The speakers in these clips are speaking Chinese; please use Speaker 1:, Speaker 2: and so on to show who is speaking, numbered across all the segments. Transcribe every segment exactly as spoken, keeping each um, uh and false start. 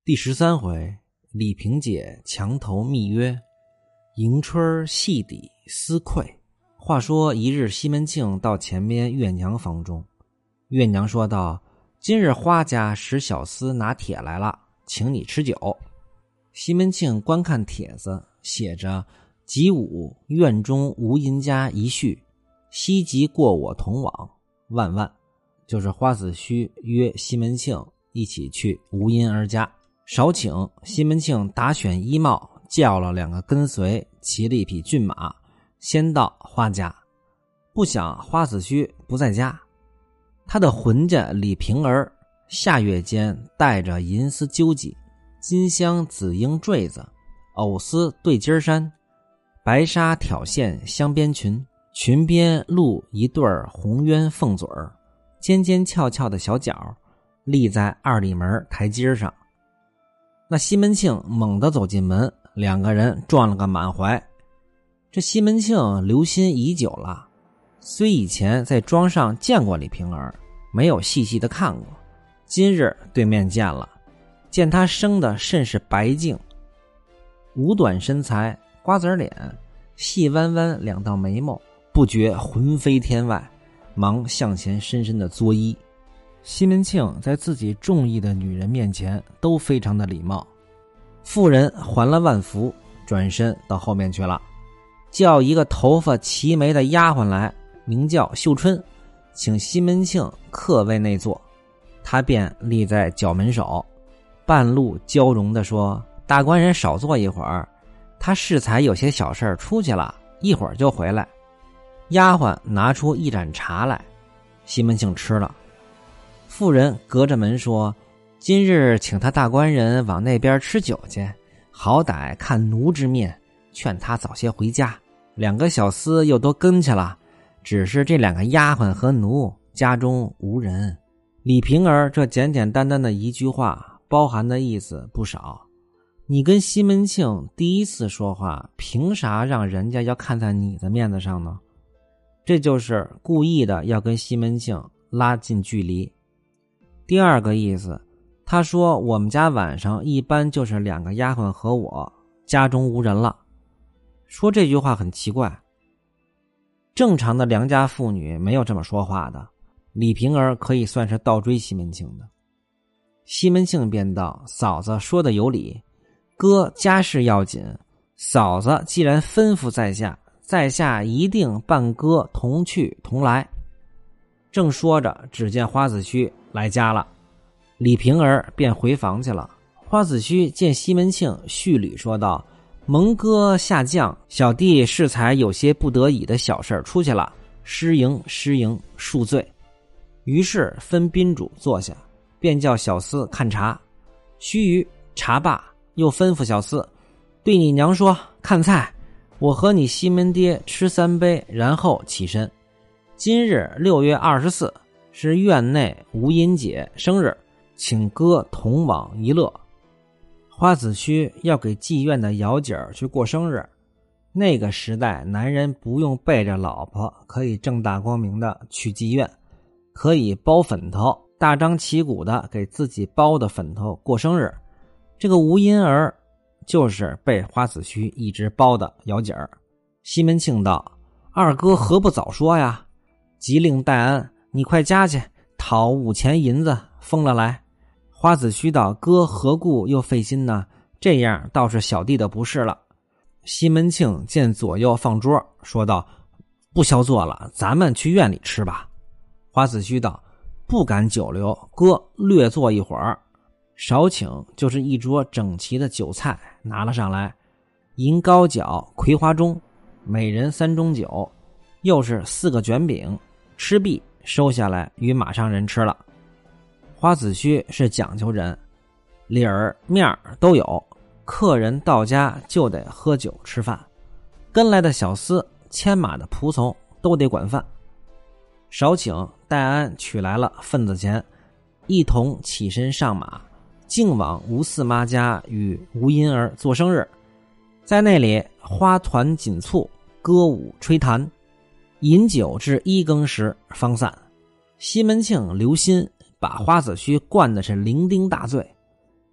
Speaker 1: 第十三回，李萍姐墙头密约，迎春戏底思愧。话说一日，西门庆到前边月娘房中，月娘说道：今日花家使小厮拿帖来了，请你吃酒。西门庆观看帖子，写着己午院中无银家一叙，西即过我同往，万万。就是花子虚约西门庆一起去吴银儿家，少请西门庆打选衣帽，叫了两个跟随，骑了一匹骏马，先到花家。不想花子虚不在家，他的浑家李萍儿下月间带着银丝纠髻、金镶紫缨坠子、藕丝对襟衫、白纱挑线镶边裙，裙边露一对红鸢凤嘴儿，尖尖翘翘的小脚立在二里门台阶上。那西门庆猛地走进门，两个人撞了个满怀。这西门庆留心已久了，虽以前在庄上见过李萍儿，没有细细的看过，今日对面见了，见她生得甚是白净，五短身材，瓜子脸，细弯弯两道眉毛，不觉魂飞天外，忙向前深深的作揖。西门庆在自己中意的女人面前都非常的礼貌。妇人还了万福，转身到后面去了，叫一个头发齐眉的丫鬟来，名叫秀春，请西门庆客位内坐。他便立在角门首，半路交容地说：大官人少坐一会儿，他适才有些小事出去了，一会儿就回来。丫鬟拿出一盏茶来，西门庆吃了。妇人隔着门说：今日请他大官人往那边吃酒去，好歹看奴之面，劝他早些回家。两个小厮又都跟去了，只是这两个丫鬟和奴家中无人。李萍儿这简简单单的一句话，包含的意思不少。你跟西门庆第一次说话，凭啥让人家要看在你的面子上呢？这就是故意的要跟西门庆拉近距离。第二个意思，他说我们家晚上一般就是两个丫鬟和我，家中无人了。说这句话很奇怪，正常的良家妇女没有这么说话的。李萍儿可以算是倒追西门庆的。西门庆便道：嫂子说的有理，哥家事要紧，嫂子既然吩咐在下，在下一定伴哥同去同来。正说着，只见花子虚来家了，李萍儿便回房去了。花子虚见西门庆，续礼说道：蒙哥下降，小弟适才有些不得已的小事出去了，失迎失迎，恕罪。于是分宾主坐下，便叫小厮看茶。须臾茶罢，又吩咐小厮对你娘说：看菜，我和你西门爹吃三杯，然后起身。今日六月二十四是院内吴银姐生日，请哥同往一乐。花子虚要给妓院的姚姐儿去过生日，那个时代男人不用背着老婆，可以正大光明的去妓院，可以包粉头，大张旗鼓的给自己包的粉头过生日。这个吴银儿就是被花子虚一直包的姚姐儿。西门庆道：二哥何不早说呀？急令戴安，你快家去讨五钱银子封了来。花子虚道：哥何故又费心呢？这样倒是小弟的不是了。西门庆见左右放桌，说道：不消坐了，咱们去院里吃吧。花子虚道：不敢久留，哥略坐一会儿。少请就是一桌整齐的酒菜拿了上来，银糕饺、葵花盅，每人三盅酒，又是四个卷饼，吃毕收下来与马上人吃了。花子虚是讲究人，理儿面儿都有，客人到家就得喝酒吃饭，跟来的小厮牵马的仆从都得管饭。少请戴安取来了份子钱，一同起身上马，径往吴四妈家与吴银儿做生日。在那里花团锦簇，歌舞吹弹，饮酒至一更时方散。西门庆留心把花子虚灌的是酩酊大醉，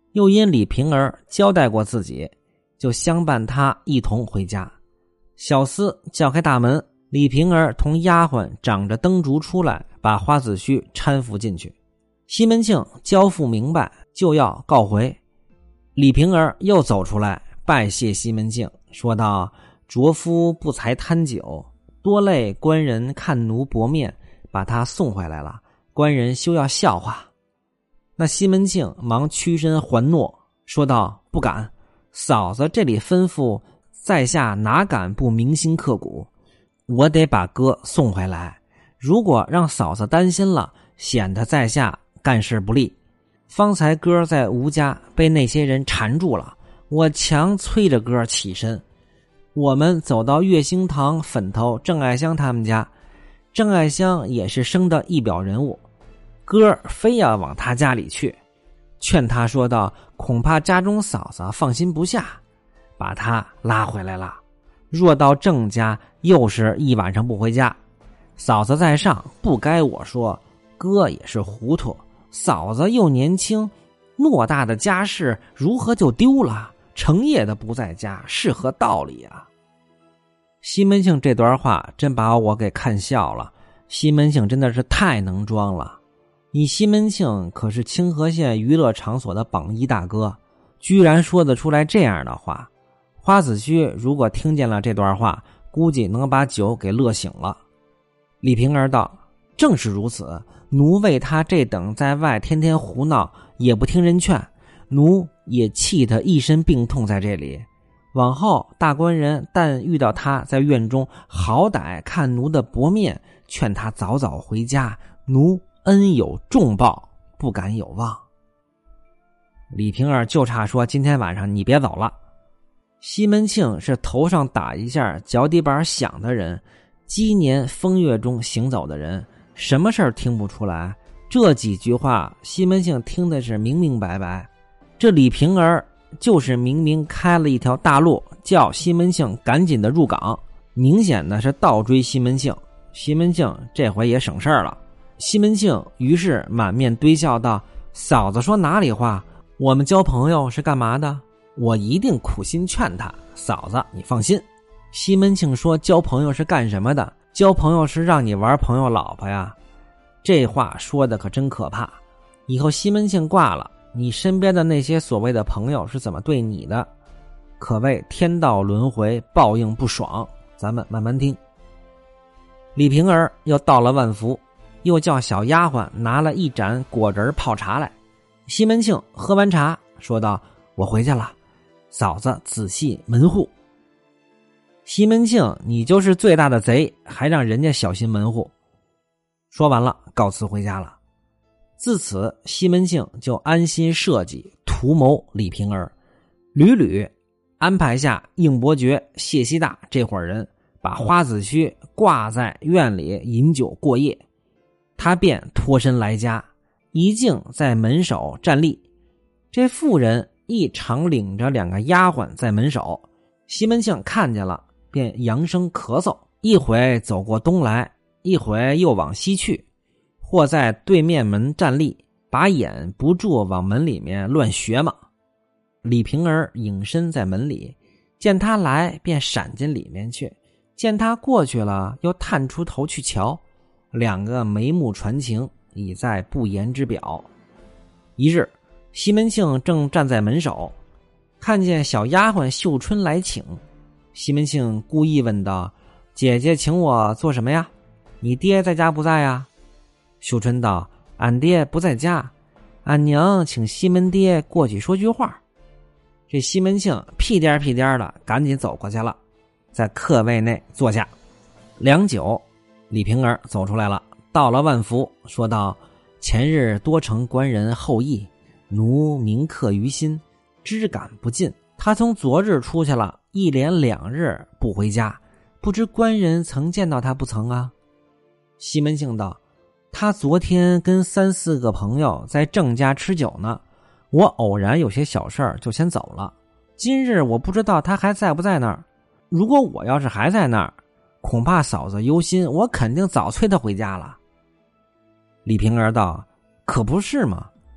Speaker 1: 又因李瓶儿交代过自己，就相伴他一同回家。小厮叫开大门，李瓶儿同丫鬟掌着灯烛出来，把花子虚搀扶进去。西门庆交付明白，就要告回。李瓶儿又走出来拜谢西门庆，说道：卓夫不才贪酒，多累官人看奴薄面，把他送回来了，官人休要笑话。那西门庆忙屈身还诺，说道：不敢，嫂子这里吩咐，在下哪敢不铭心刻骨，我得把哥送回来，如果让嫂子担心了，显得在下干事不利。方才哥在吴家被那些人缠住了，我强催着哥起身。我们走到月星堂粉头郑爱香他们家，郑爱香也是生的一表人物，哥非要往他家里去，劝他说道：恐怕家中嫂子放心不下，把他拉回来了。若到郑家，又是一晚上不回家，嫂子在上，不该我说，哥也是糊涂，嫂子又年轻，偌大的家事如何就丢了？成夜的不在家，是何道理啊？西门庆这段话真把我给看笑了。西门庆真的是太能装了，你西门庆可是清河县娱乐场所的榜一大哥，居然说得出来这样的话。花子虚如果听见了这段话，估计能把酒给乐醒了。李瓶儿道：正是如此，奴为他这等在外天天胡闹，也不听人劝，奴也气他一身病痛在这里。往后大官人但遇到他在院中，好歹看奴的薄面，劝他早早回家，奴恩有重报，不敢有忘。李瓶儿就差说：今天晚上你别走了。西门庆是头上打一下脚底板响的人，积年风月中行走的人，什么事儿听不出来？这几句话西门庆听的是明明白白。这李瓶儿就是明明开了一条大路，叫西门庆赶紧的入港，明显的是倒追西门庆。西门庆这回也省事儿了。西门庆于是满面堆笑道：嫂子说哪里话，我们交朋友是干嘛的？我一定苦心劝他，嫂子你放心。西门庆说交朋友是干什么的？交朋友是让你玩朋友老婆呀。这话说的可真可怕。以后西门庆挂了，你身边的那些所谓的朋友是怎么对你的？可谓天道轮回，报应不爽。咱们慢慢听。李瓶儿又到了万福，又叫小丫鬟拿了一盏果仁泡茶来。西门庆喝完茶说道：我回去了，嫂子仔细门户。西门庆你就是最大的贼，还让人家小心门户。说完了告辞回家了。自此西门庆就安心设计图谋李瓶儿，屡屡安排下应伯爵、谢希大这伙人，把花子虚挂在院里饮酒过夜。他便脱身来家，一径在门首站立。这妇人一常领着两个丫鬟在门首，西门庆看见了，便扬声咳嗽，一回走过东来，一回又往西去，或在对面门站立，把眼不住往门里面乱学嘛。李瓶儿隐身在门里，见他来便闪进里面去，见他过去了又探出头去瞧，两个眉目传情，已在不言之表。一日西门庆正站在门首，看见小丫鬟秀春来请。西门庆故意问道：姐姐请我做什么呀？你爹在家不在呀？秀春道：俺爹不在家，俺娘请西门爹过去说句话。这西门庆屁颠屁颠的赶紧走过去了，在客位内坐下。良久，李瓶儿走出来了，到了万福，说道：前日多承官人厚意，奴铭刻于心，知感不尽。他从昨日出去了，一连两日不回家，不知官人曾见到他不曾啊？西门庆道：他昨天跟三四个朋友在郑家吃酒呢，我偶然有些小事儿就先走了。今日我不知道他还在不在那儿，如果我要是还在那儿，恐怕嫂子忧心，我肯定早催他回家了。李瓶儿道：可不是嘛，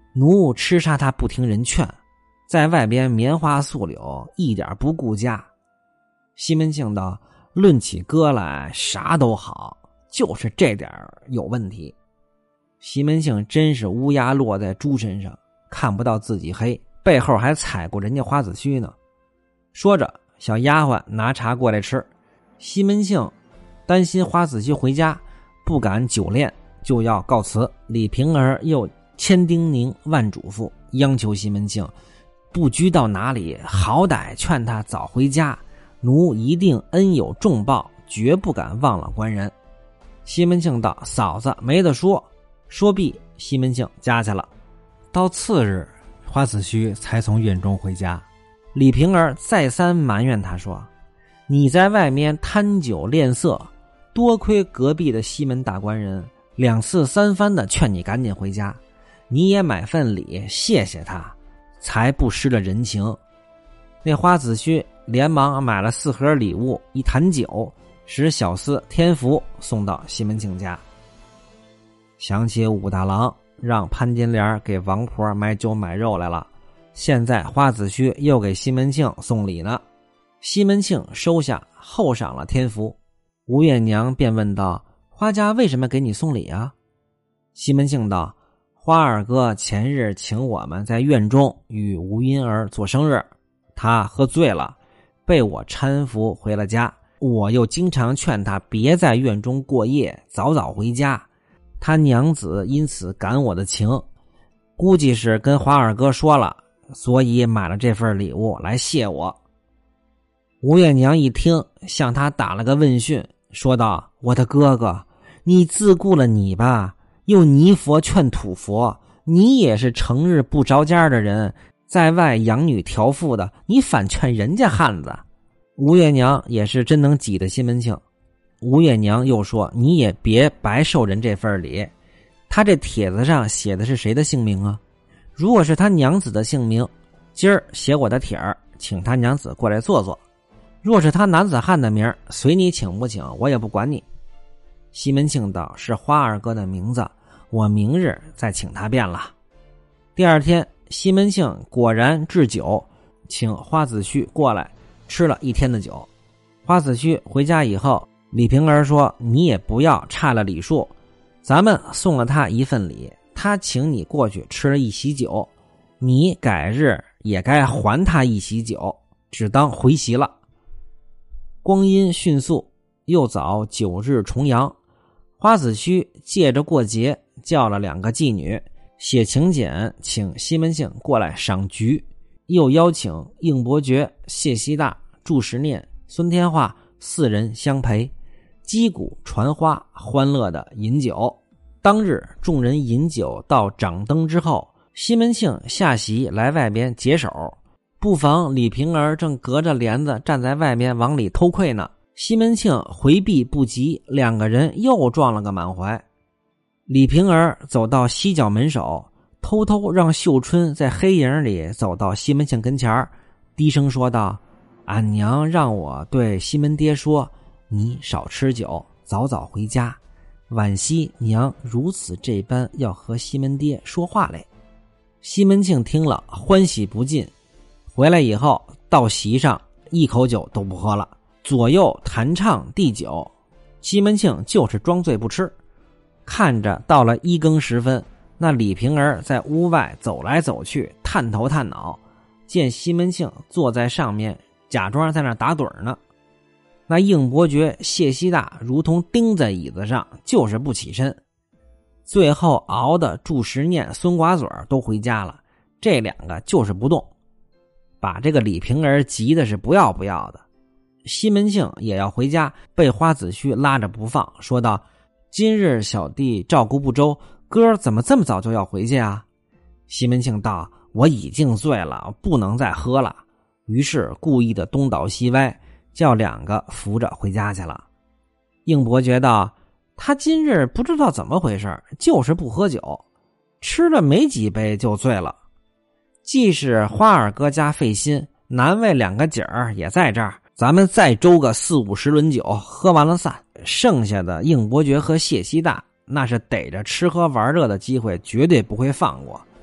Speaker 1: 奴吃杀他不听人劝，在外边棉花素柳，一点不顾家。西门庆道：论起歌来啥都好，就是这点有问题。西门庆真是乌鸦落在猪身上，看不到自己黑，背后还踩过人家花子虚呢。说着，小丫鬟拿茶过来吃。西门庆担心花子虚回家，不敢久恋，就要告辞。李瓶儿又千叮咛万嘱咐，央求西门庆不拘到哪里，好歹劝他早回家，奴一定恩有重报，绝不敢忘了官人。西门庆道：嫂子没得说。说毕，西门庆家去了。到次日，花子虚才从院中回家。李瓶儿再三埋怨他说：你在外面贪酒恋色，多亏隔壁的西门大官人两次三番的劝你赶紧回家，你也买份礼谢谢他，才不失了人情。那花子虚连忙买了四盒礼物，一坛酒，使小厮天福送到西门庆家。想起武大郎让潘金莲给王婆买酒买肉来了，现在花子虚又给西门庆送礼呢。西门庆收下，厚赏了天福。吴月娘便问道：花家为什么给你送礼啊？西门庆道：花二哥前日请我们在院中与吴音儿做生日，他喝醉了，被我搀扶回了家。我又经常劝他别在院中过夜，早早回家。他娘子因此感我的情，估计是跟花二哥说了，所以买了这份礼物来谢我。吴月娘一听，向他打了个问讯，说道：我的哥哥，你自顾了你吧，又泥佛劝土佛，你也是成日不着家的人，在外养女调妇的，你反劝人家汉子。吴月娘也是真能挤得西门庆。吴月娘又说：你也别白受人这份礼，他这帖子上写的是谁的姓名啊？如果是他娘子的姓名，今儿写我的帖儿，请他娘子过来坐坐。若是他男子汉的名，随你请不请，我也不管你。西门庆道：是花二哥的名字，我明日再请他便了。第二天，西门庆果然置酒，请花子虚过来吃了一天的酒。花子虚回家以后，李瓶儿说：你也不要差了礼数，咱们送了他一份礼，他请你过去吃了一席酒，你改日也该还他一席酒，只当回席了。光阴迅速，又早九日重阳，花子虚借着过节，叫了两个妓女写请柬，请西门庆过来赏菊，又邀请应伯爵、谢希大、祝时念、孙天化四人相陪，击鼓传花，欢乐的饮酒。当日众人饮酒到掌灯之后，西门庆下席来外边解手，不妨李瓶儿正隔着帘子站在外面往里偷窥呢。西门庆回避不及，两个人又撞了个满怀。李瓶儿走到西角门首，偷偷让秀春在黑影里走到西门庆跟前，低声说道：俺娘让我对西门爹说，你少吃酒，早早回家，惋惜娘如此这般要和西门爹说话来。西门庆听了欢喜不尽，回来以后到席上一口酒都不喝了，左右弹唱递酒，西门庆就是装醉不吃。看着到了一更时分，那李瓶儿在屋外走来走去，探头探脑，见西门庆坐在上面，假装在那打盹呢。那应伯爵谢希大如同钉在椅子上，就是不起身。最后熬的祝时念、孙寡嘴都回家了，这两个就是不动，把这个李瓶儿急的是不要不要的。西门庆也要回家，被花子虚拉着不放，说道：今日小弟照顾不周，哥怎么这么早就要回去啊？西门庆道：我已经醉了，不能再喝了。于是故意的东倒西歪，叫两个扶着回家去了。应伯爵道：他今日不知道怎么回事，就是不喝酒，吃了没几杯就醉了。既是花二哥家费心，难为两个姐儿也在这儿，咱们再周个四五十轮酒，喝完了散。剩下的应伯爵和谢希大那是逮着吃喝玩乐的机会绝对不会放过，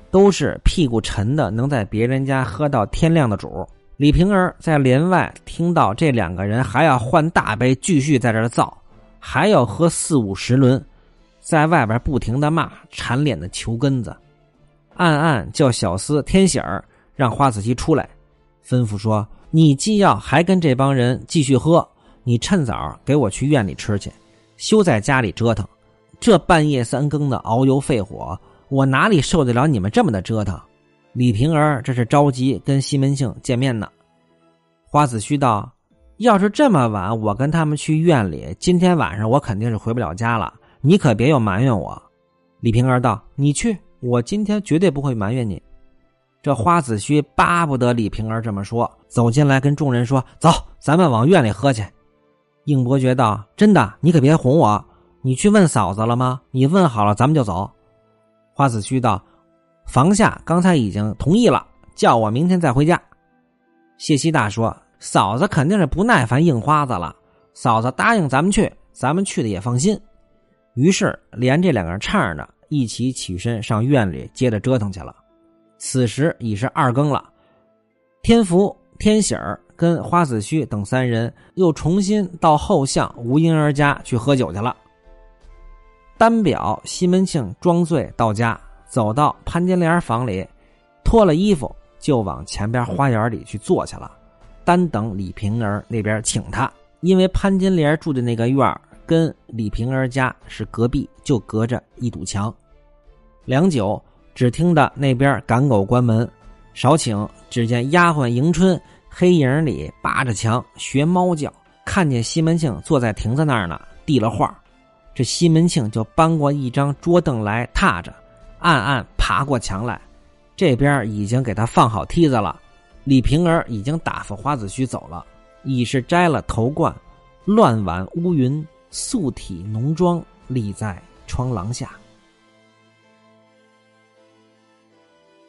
Speaker 1: 都是屁股沉的，能在别人家喝到天亮的主。李瓶儿在帘外听到这两个人还要换大杯继续在这儿造，还要喝四五十轮，在外边不停的骂，馋脸的求根子。暗暗叫小厮天喜儿让花子虚出来，吩咐说，你既要还跟这帮人继续喝，你趁早给我去院里吃去，休在家里折腾。这半夜三更的熬油肺火，我哪里受得了你们这么的折腾。李瓶儿这是着急跟西门庆见面呢。花子虚道，要是这么晚我跟他们去院里，今天晚上我肯定是回不了家了，你可别又埋怨我。李瓶儿道，你去，我今天绝对不会埋怨你。这花子虚巴不得李瓶儿这么说，走进来跟众人说，走，咱们往院里喝去。应伯爵道，真的，你可别哄我，你去问嫂子了吗？你问好了咱们就走。花子虚道，房下刚才已经同意了，叫我明天再回家。谢希大说，嫂子肯定是不耐烦应花子了，嫂子答应咱们去，咱们去的也放心。于是连这两个人唱着一起起身上院里接着折腾去了。此时已是二更了，天福、天喜儿跟花子虚等三人又重新到后巷吴英儿家去喝酒去了。单表西门庆装醉到家，走到潘金莲房里，脱了衣服就往前边花园里去坐下了，单等李瓶儿那边请他。因为潘金莲住的那个院跟李瓶儿家是隔壁，就隔着一堵墙。良久，只听得那边赶狗关门，少请只见丫鬟迎春黑影里扒着墙学猫叫，看见西门庆坐在亭子那儿呢，递了话。这西门庆就搬过一张桌凳来踏着，暗暗爬过墙来，这边已经给他放好梯子了。李瓶儿已经打发花子虚走了，已是摘了头冠，乱挽乌云，素体浓妆立在窗廊下。